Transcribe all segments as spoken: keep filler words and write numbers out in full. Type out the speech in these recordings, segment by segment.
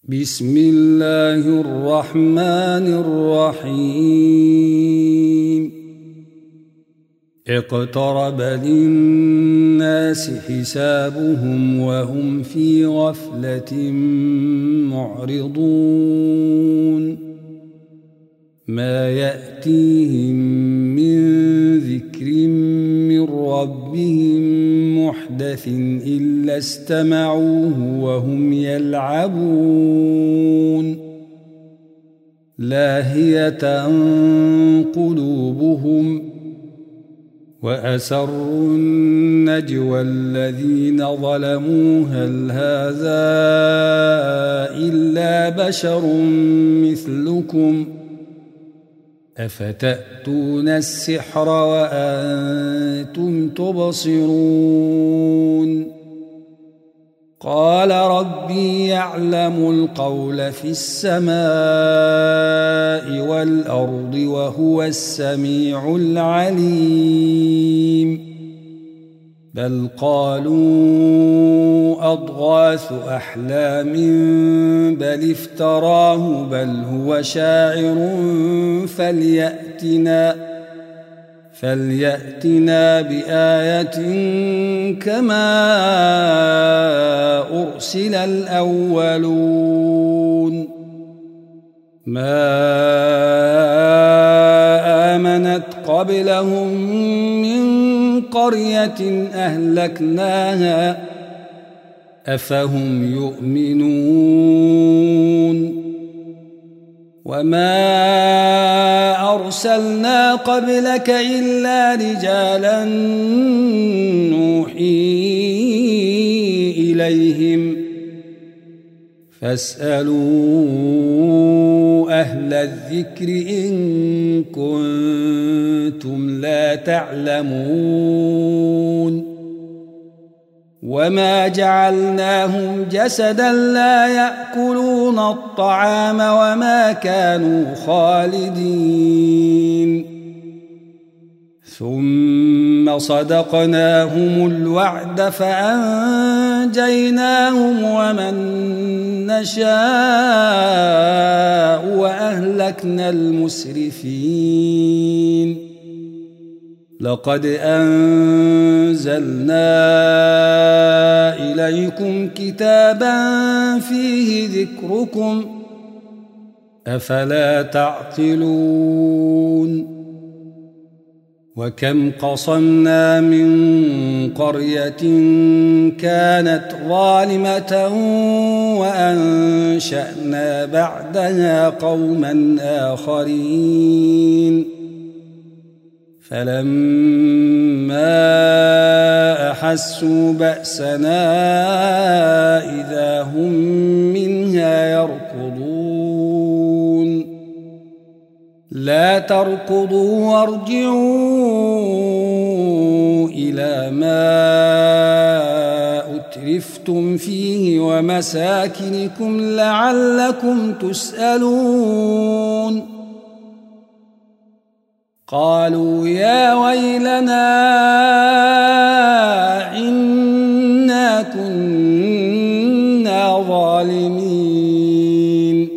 بسم الله الرحمن الرحيم اقترب للناس حسابهم وهم في غفلة معرضون ما يأتيهم من ذكر من ربهم محدث إلا استمعوه وهم يلعبون لاهية قلوبهم وأسروا النجوى الذين ظلموا هل هذا إلا بشر مثلكم أفتأتون السحر وأنتم تبصرون قال ربي يعلم القول في السماء والأرض وهو السميع العليم بل قالوا أضغاث أحلام بل افتراه بل هو شاعر فليأتنا فليأتنا بآية كما أرسل الأولون ما آمنت قبلهم من قرية أهلكناها أفهم يؤمنون وما أرسلنا قبلك إلا رجالا نوحي إليهم فاسألوا أهل الذكر إن كنتم لا تعلمون وما جعلناهم جسدا لا يأكلون الطعام وما كانوا خالدين ثم صدقناهم الوعد فأنجيناهم ومن نشاء وأهلكنا المسرفين لقد أنزلنا إليكم كتابا فيه ذكركم أفلا تعقلون وكم قصمنا من قرية كانت ظالمة وأنشأنا بعدها قوما آخرين فلما أحسوا بأسنا إذا هم منها يركضون لا تركضوا وارجعوا إلى ما أترفتم فيه ومساكنكم لعلكم تسألون قالوا يا ويلنا إنا كنا ظالمين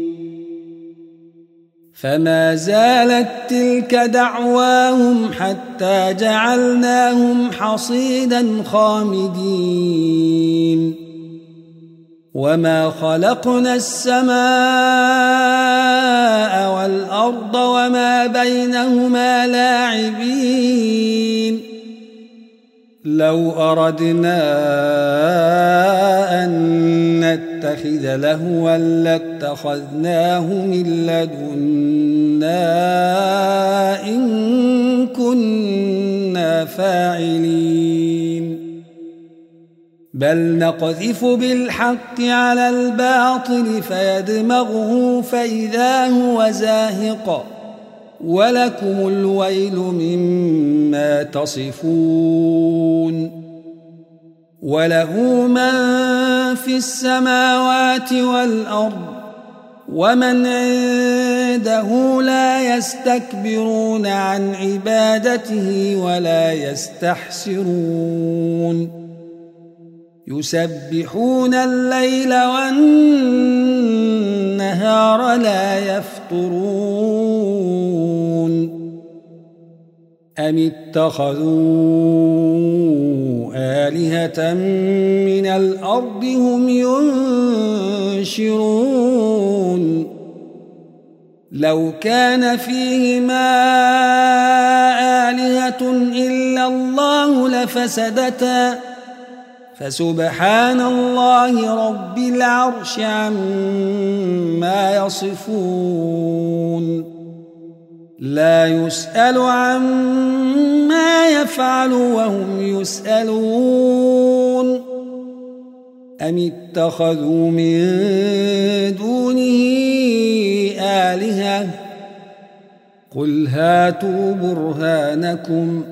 فما زالت تلك دعواهم حتى جعلناهم حصيدا خامدين وما خلقنا السماء والأرض وما بينهما لاعبين لو أردنا أن نتخذ لهوا لاتخذناه من لدنا إن كنا فاعلين بل نقذف بالحق على الباطل فيدمغه فإذا هو زاهق ولكم الويل مما تصفون وله من في السماوات والأرض ومن عنده لا يستكبرون عن عبادته ولا يستحسرون يسبحون الليل والنهار والنهار لا يفترون أم اتخذوا آلهة من الأرض هم ينشرون لو كان فيهما آلهة إلا الله لفسدتا فسبحان الله رب العرش عما يصفون لا يسأل عما يفعل وهم يسألون أم اتخذوا من دونه آلهة قل هاتوا برهانكم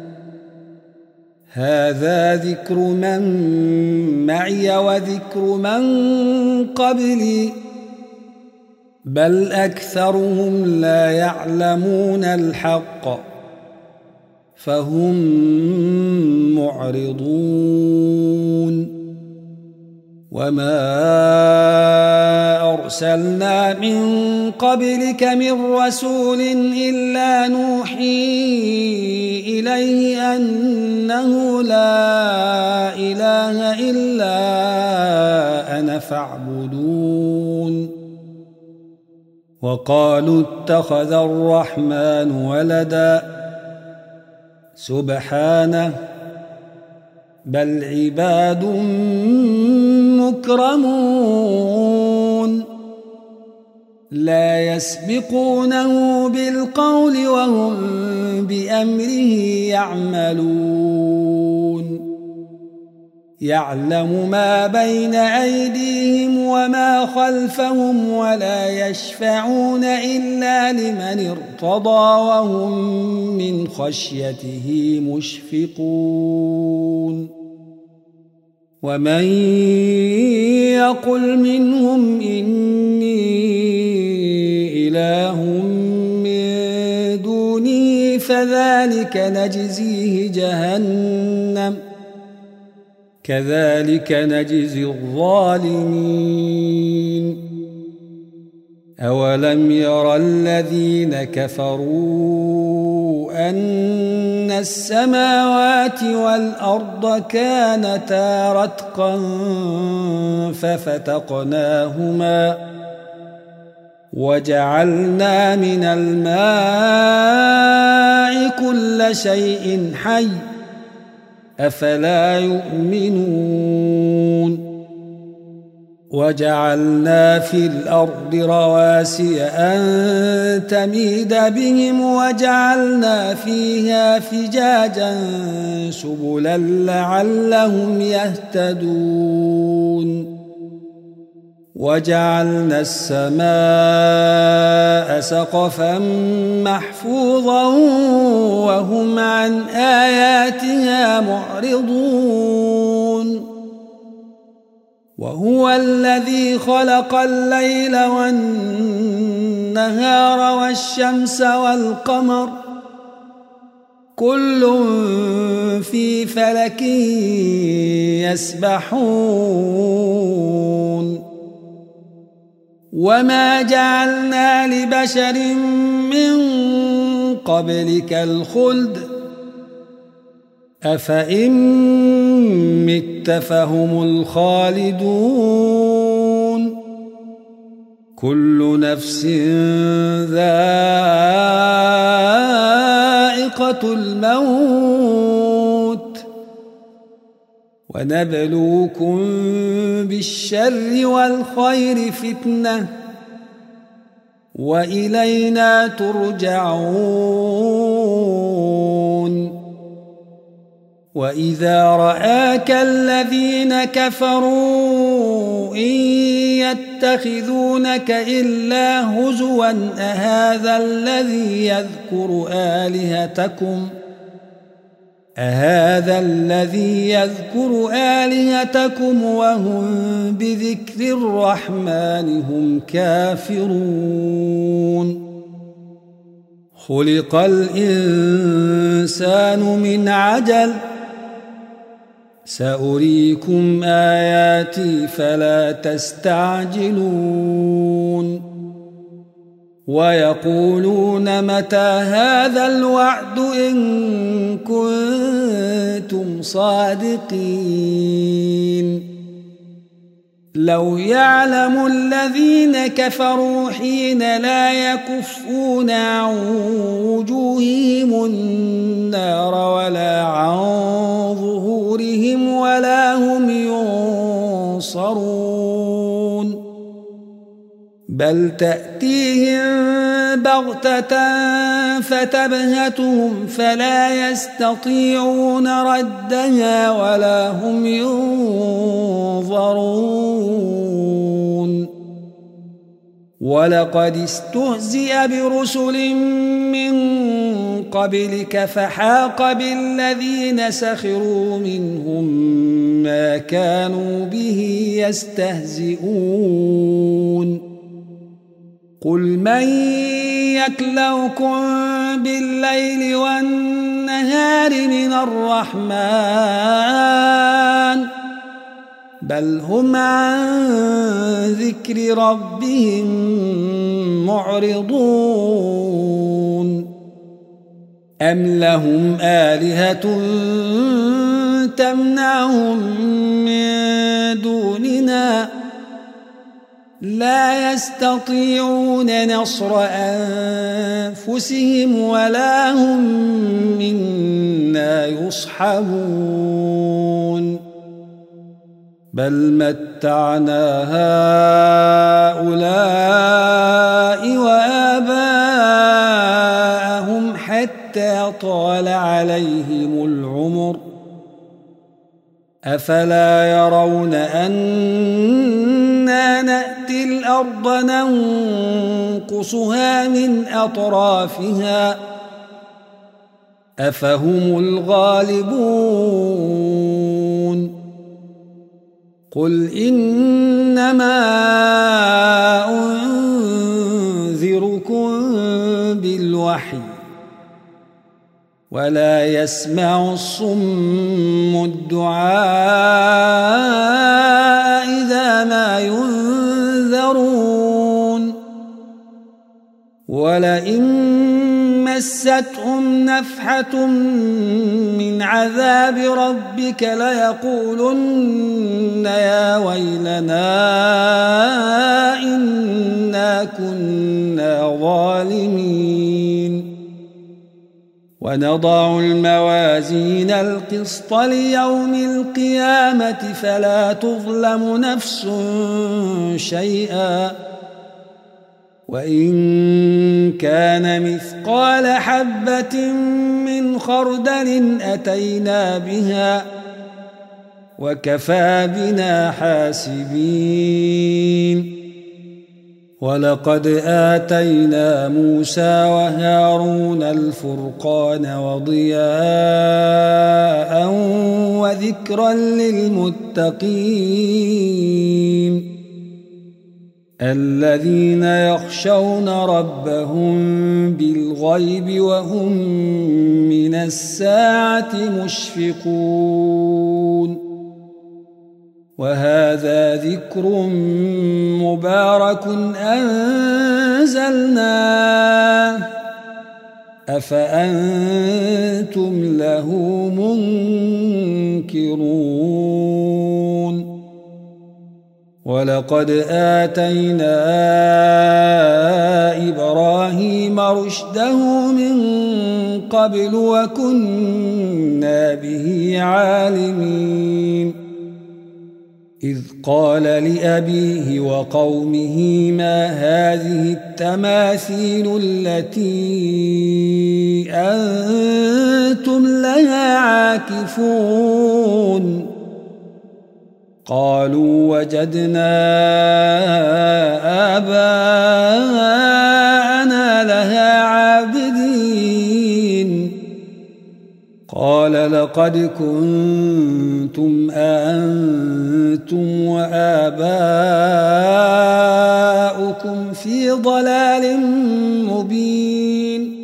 هذا ذكر من معي وذكر من قبلي بل أكثرهم لا يعلمون الحق فهم معرضون وما أرسلنا من قبلك من رسول إلا نوحي إليه أنه لا إله إلا أنا فاعبدون وقالوا اتخذ الرحمن ولدا سبحانه بل عباد مكرمون لا يسبقونه بالقول وهم بأمره يعملون يعلم ما بين أيديهم وما خلفهم ولا يشفعون إلا لمن ارتضى وهم من خشيته مشفقون ومن يقل منهم إني إله من دونه فذلك نجزيه جهنم كذلك نجزي الظالمين أولم يرى الذين كفروا أن السماوات والأرض كانتا رتقا ففتقناهما وجعلنا من الماء كل شيء حي أفلا يؤمنون وجعلنا في الأرض رواسي أن تميد بهم وجعلنا فيها فجاجا سبلا لعلهم يهتدون وجعلنا السماء سقفا محفوظا وهم عن آياتها معرضون وهو الذي خلق الليل والنهار والشمس والقمر كل في فلك يسبحون وما جعلنا لبشر من قبلك الخلد أفإن مت فهم الخالدون كل نفس ذائقة الموت ونبلوكم بالشر والخير فتنة وإلينا ترجعون وإذا رآك الذين كفروا إن يتخذونك إلا هزوا أهذا الذي يذكر آلهتكم أهذا الذي يذكر آلهتكم وهم بذكر الرحمن هم كافرون خلق الإنسان من عجل سأريكم آياتي فلا تستعجلون ويقولون متى هذا الوعد إن كنتم صادقين لو يعلم الذين كفروا حين لا يكفون عن وجوههم النار ولا عن ظهورهم ولا هم ينصرون بل تأتيهم بغتة فتبهتهم فلا يستطيعون ردها ولا هم ينظرون ولقد استهزئ برسل من قبلك فحاق بالذين سخروا منهم ما كانوا به يستهزئون قل من يكلؤكم بالليل والنهار من الرحمن بل هم عن ذكر ربهم معرضون أم لهم آلهة تمنعهم من دوننا لا يستطيعون نصر أنفسهم ولا هم منا يصحبون بل متعنا هؤلاء وآباءهم حتى طال عليهم العمر أفلا يرون أنا نأتي الأرض ننقصها من أطرافها أفهم الغالبون قل إنما أنذركم بالوحي ولا يسمع الصم الدعاء إذا ما ينذرون ولئن مستهم نفحة من عذاب ربك ليقولن يا ويلنا إنا كنا ظالمين ونضع الموازين القسط ليوم القيامة فلا تظلم نفس شيئا وإن كان مثقال حبة من خردل أتينا بها وكفى بنا حاسبين ولقد آتينا موسى وهارون الفرقان وضياء وذكرا للمتقين الذين يخشون ربهم بالغيب وهم من الساعة مشفقون وهذا ذكر مبارك أنزلناه أفأنتم له منكرون ولقد آتينا إبراهيم رشده من قبل وكنا به عالمين إذ قال لأبيه وقومه ما هذه التماثيل التي أنتم لها عاكفون قالوا وجدنا آباءنا لها عابدين قال لقد كنتم أنتم وآباؤكم في ضلال مبين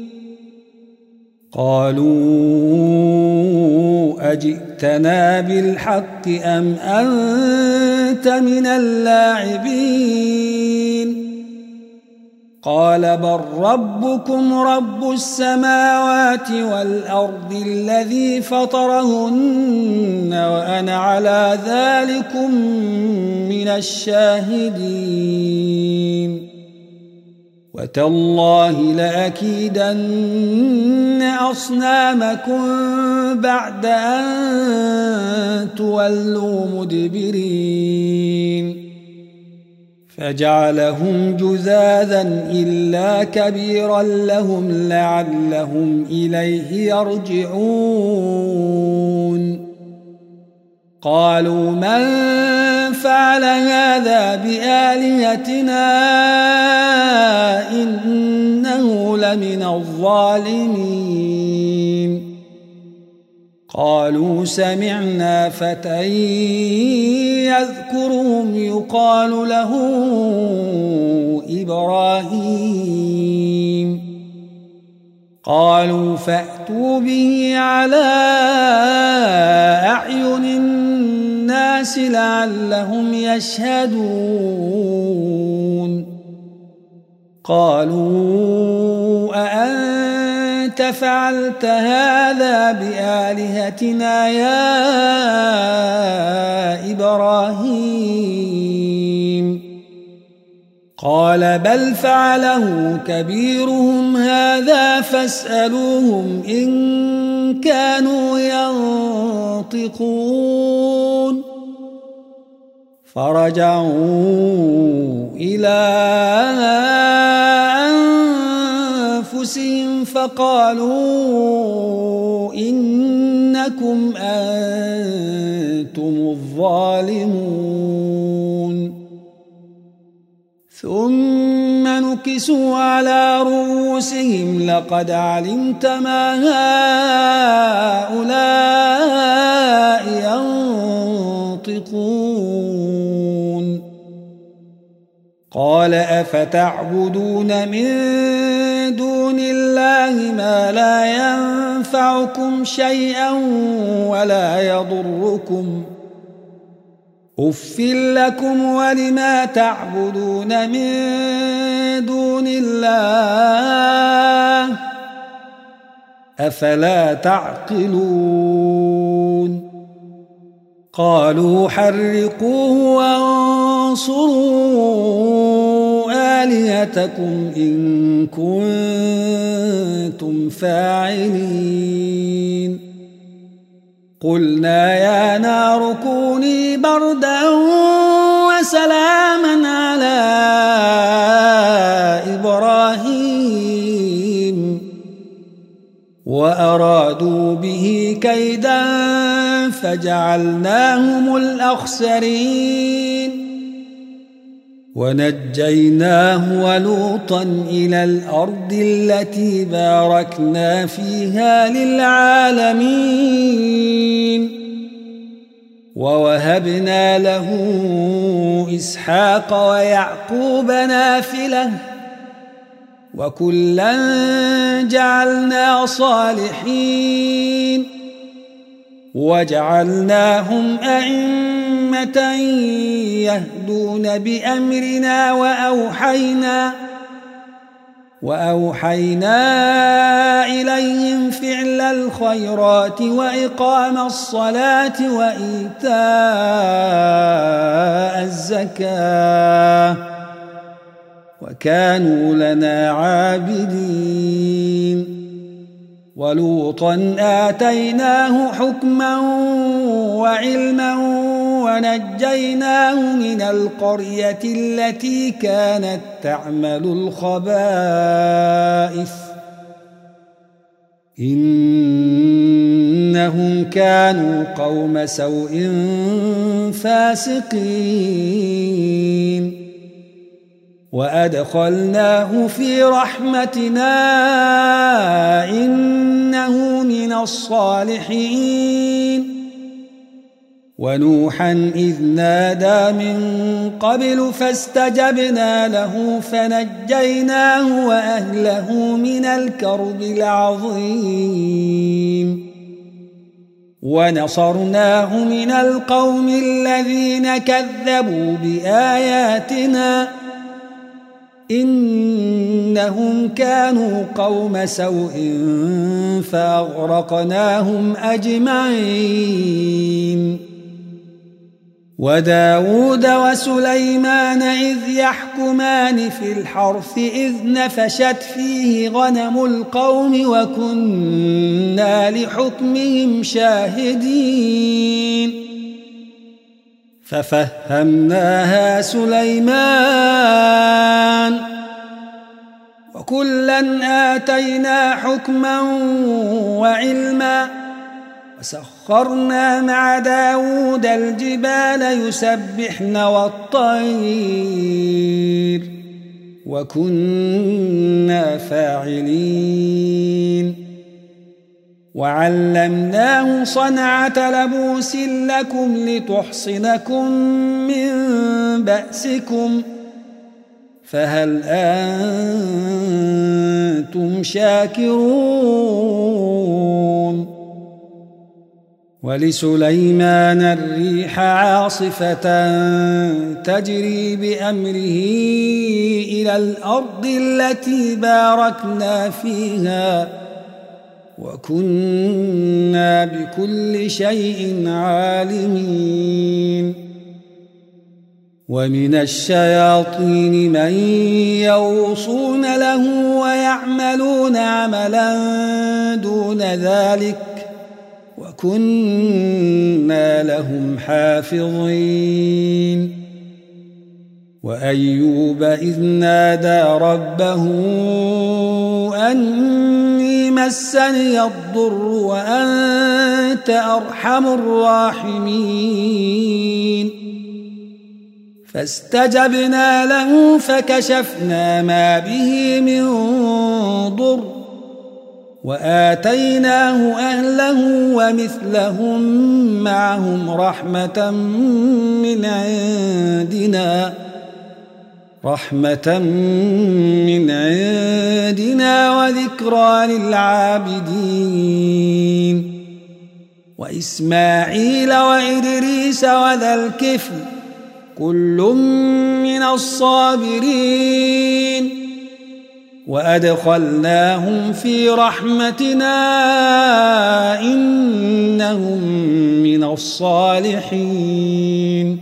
قالوا أجئتنا بالحق أم أنت من اللاعبين قال بل ربكم رب السماوات والأرض الذي فطرهن وأنا على ذلكم من الشاهدين وتالله لأكيدن أصنامكم بعد أن تولوا مدبرين فجعلهم جذاذا إلا كبيرا لهم لعلهم إليه يرجعون قالوا من فعل هذا بآلهتنا إنه لمن الظالمين قالوا سمعنا فتى يذكرهم يقال له إبراهيم قالوا فأتوا به على أعين الناس لعلهم يشهدون قالوا أأنت فعلت هذا بآلهتنا يا إبراهيم قال بل فعله كبيرهم هذا فاسألوهم إن كانوا ينطقون فرجعوا إلى أنفسهم فقالوا إنكم أنتم الظالمون ثم نكسوا على رؤوسهم لقد علمت ما هؤلاء ينطقون قال أفتعبدون من دون الله ما لا ينفعكم شيئا ولا يضركم أف لكم ولما تعبدون من دون الله أفلا تعقلون قالوا حرقوه وانصروا آلهتكم إن كنتم فاعلين قلنا يا نار كوني بردا وسلاما على إبراهيم وأرادوا به كيدا فجعلناهم الأخسرين ونجيناه ولوطا إلى الأرض التي باركنا فيها للعالمين ووهبنا له إسحاق ويعقوب نافلة وكلا جعلنا صالحين وجعلناهم أئمة يهدون بأمرنا وأوحينا وأوحينا إليهم فعل الخيرات وإقام الصلاة وإيتاء الزكاة وكانوا لنا عابدين ولوطا آتيناه حكما وعلما ونجيناه من القرية التي كانت تعمل الخبائث إنهم كانوا قوم سوء فاسقين وأدخلناه في رحمتنا إنه من الصالحين ونوحا إذ نادى من قبل فاستجبنا له فنجيناه وأهله من الكرب العظيم ونصرناه من القوم الذين كذبوا بآياتنا إن إنهم كانوا قوم سوء فأغرقناهم أجمعين وداود وسليمان إذ يحكمان في الحرث إذ نفشت فيه غنم القوم وكنا لحكمهم شاهدين ففهمناها سليمان وكلا آتينا حكما وعلما وسخرنا مع داود الجبال يسبحن والطير وكنا فاعلين وعلمناه صنعة لبوس لكم لتحصنكم من بأسكم فهل أنتم شاكرون ولسليمان الريح عاصفة تجري بأمره إلى الأرض التي باركنا فيها وكنا بكل شيء عالمين ومن الشياطين من يغوصون له ويعملون عملا دون ذلك وكنا لهم حافظين وأيوب إذ نادى ربه أني مسني الضر وأنت أرحم الراحمين فاستجبنا له فكشفنا ما به من ضر وآتيناه أهله ومثلهم معهم رحمة من عندنا رحمة من عندنا وذكرى للعابدين وإسماعيل وإدريس وذا الكفل كل من الصابرين وأدخلناهم في رحمتنا إنهم من الصالحين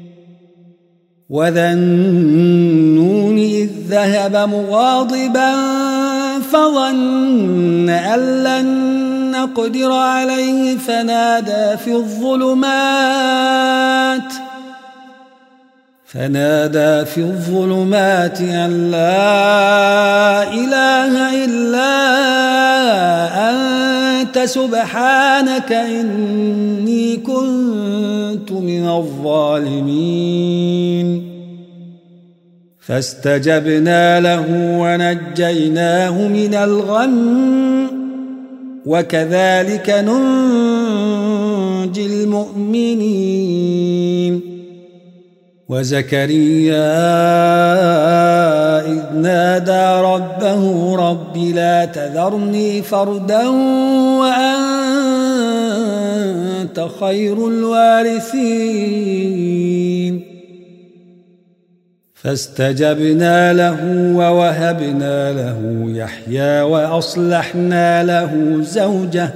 وذا النون إذ ذهب مغاضبا فظن أن لن نقدر عليه فنادى في الظلمات فنادى في الظلمات أن لا إله إلا أنت سبحانك إني كنت من الظالمين فاستجبنا له ونجيناه من الغم وكذلك ننجي المؤمنين وزكريا إذ نادى ربه رب لا تذرني فردا وأنت خير الوارثين فاستجبنا له ووهبنا له يحيى وأصلحنا له زوجه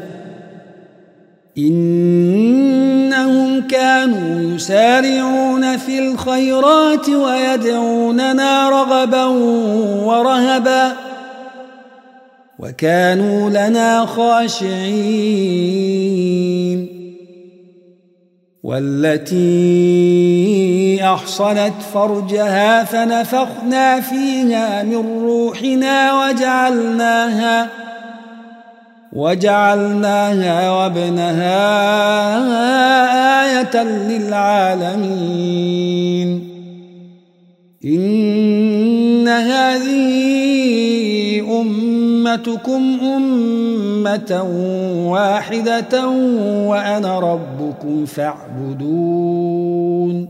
إنهم كانوا يسارعون في الخيرات ويدعوننا رغبا ورهبا وكانوا لنا خاشعين والتي أحصنت فرجها فنفخنا فيها من روحنا وجعلناها وجعلناها وابنها آية للعالمين إن هذه أمتكم أمة واحدة وأنا ربكم فاعبدون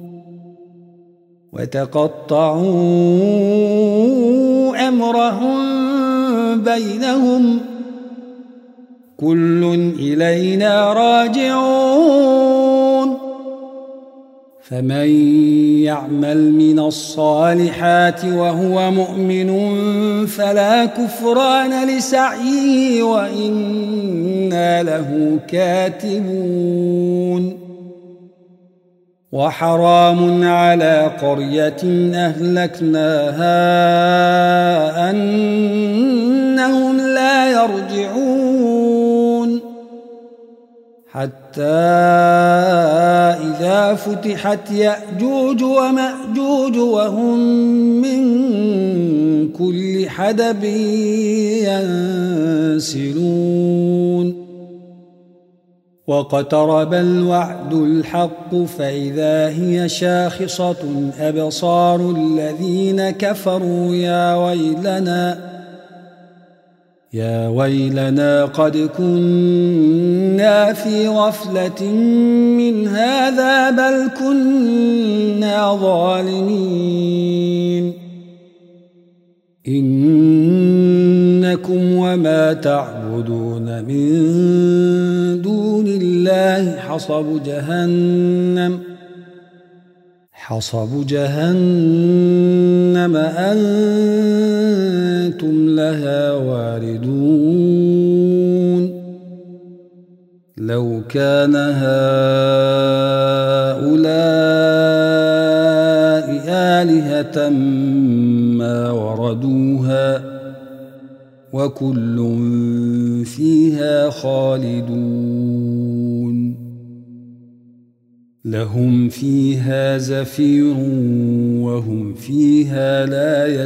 وتقطعوا أمرهم بينهم كل إلينا راجعون فمن يعمل من الصالحات وهو مؤمن فلا كفران لسعيه وإنا له كاتبون وحرام على قرية أهلكناها أنهم لا يرجعون حتى إذا فتحت يأجوج ومأجوج وهم من كل حدب ينسلون واقترب الوعد الحق فإذا هي شاخصة أبصار الذين كفروا يا ويلنا يا ويلنا قد كنا في غفلة من هذا بل كنا ظالمين إنكم وما تعبدون من دون الله حصب جهنم حصب جهنم أنتم لها واردون لو كان هؤلاء آلهة ما وردوها وكل فيها خالدون لهم فيها زفير وهم فيها لا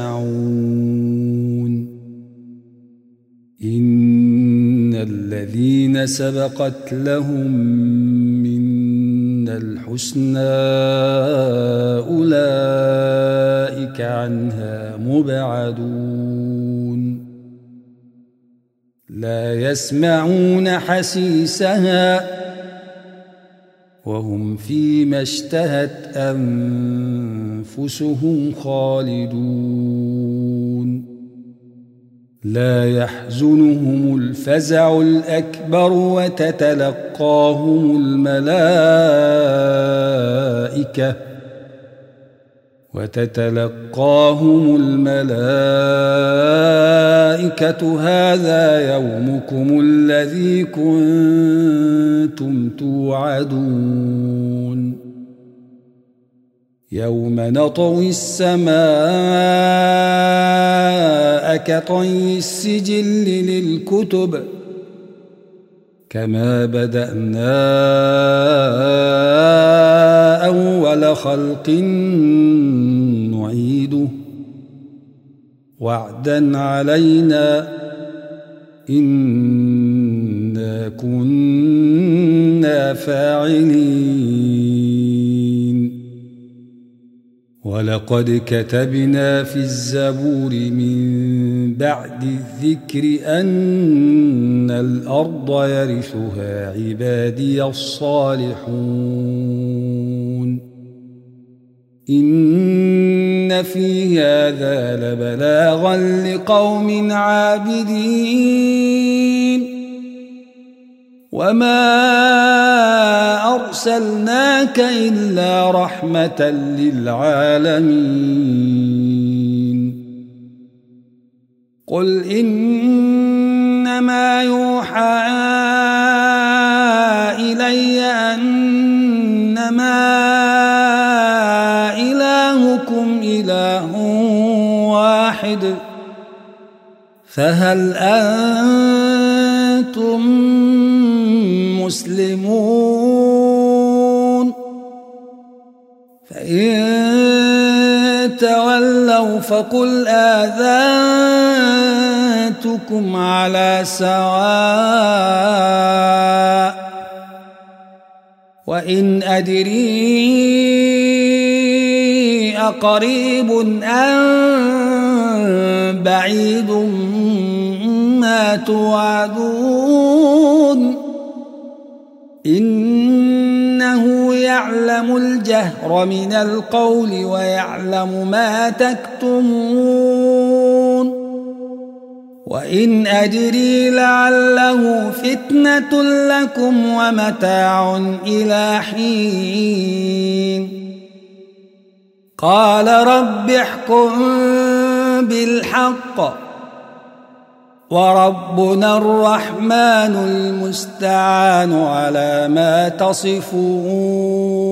يسمعون إن الذين سبقت لهم منا الحسنى أولئك عنها مبعدون لا يسمعون حسيسها وهم فيما اشتهت أنفسهم خالدون لا يحزنهم الفزع الأكبر وتتلقاهم الملائكة وتتلقاهم الملائكة هذا يومكم الذي كنتم توعدون يوم نطوي السماء كطي السجل للكتب كما بدأنا أول خلق نعيده وعدا علينا إنا كنا فاعلين ولقد كتبنا في الزبور من بعد الذكر أن الأرض يرثها عبادي الصالحون إن في هذا لبلاغا لقوم عابدين وما أرسلناك إلا رحمة للعالمين قل إنما يوحى إلي أنما إلهكم إله واحد فهل أنتم مسلمون فإن تولوا فقل آذنتكم على سواء وإن أدري أقريب أم بعيد ما توعدون إنه يعلم الجهر من القول ويعلم ما تكتمون وإن أدري لعله فتنة لكم ومتاع إلى حين قال رب احكم بالحق وربنا الرحمن المستعان على ما تصفون.